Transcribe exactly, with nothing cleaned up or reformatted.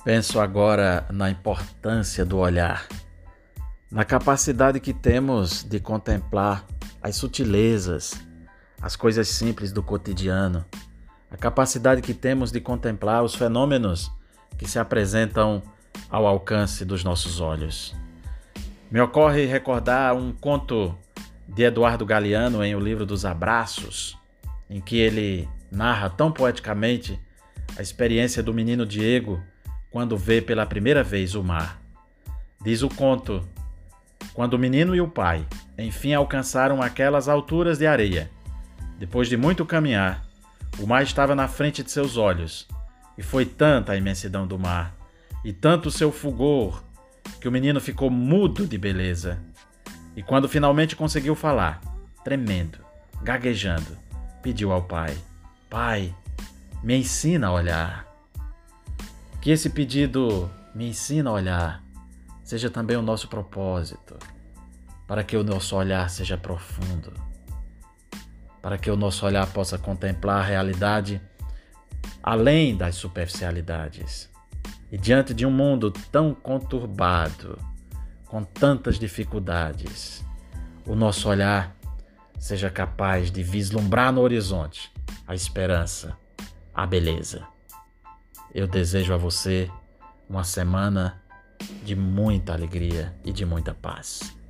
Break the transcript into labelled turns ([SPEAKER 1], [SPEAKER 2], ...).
[SPEAKER 1] Penso agora na importância do olhar, na capacidade que temos de contemplar as sutilezas, as coisas simples do cotidiano, a capacidade que temos de contemplar os fenômenos que se apresentam ao alcance dos nossos olhos. Me ocorre recordar um conto de Eduardo Galeano em O Livro dos Abraços, em que ele narra tão poeticamente a experiência do menino Diego quando vê pela primeira vez o mar. Diz o conto: quando o menino e o pai enfim alcançaram aquelas alturas de areia, depois de muito caminhar, o mar estava na frente de seus olhos, e foi tanta a imensidão do mar, e tanto o seu fulgor, que o menino ficou mudo de beleza. E quando finalmente conseguiu falar, tremendo, gaguejando, pediu ao pai: Pai, me ensina a olhar. Que esse pedido, me ensina a olhar, seja também o nosso propósito, para que o nosso olhar seja profundo, para que o nosso olhar possa contemplar a realidade além das superficialidades. E diante de um mundo tão conturbado, com tantas dificuldades, o nosso olhar seja capaz de vislumbrar no horizonte a esperança, a beleza. Eu desejo a você uma semana de muita alegria e de muita paz.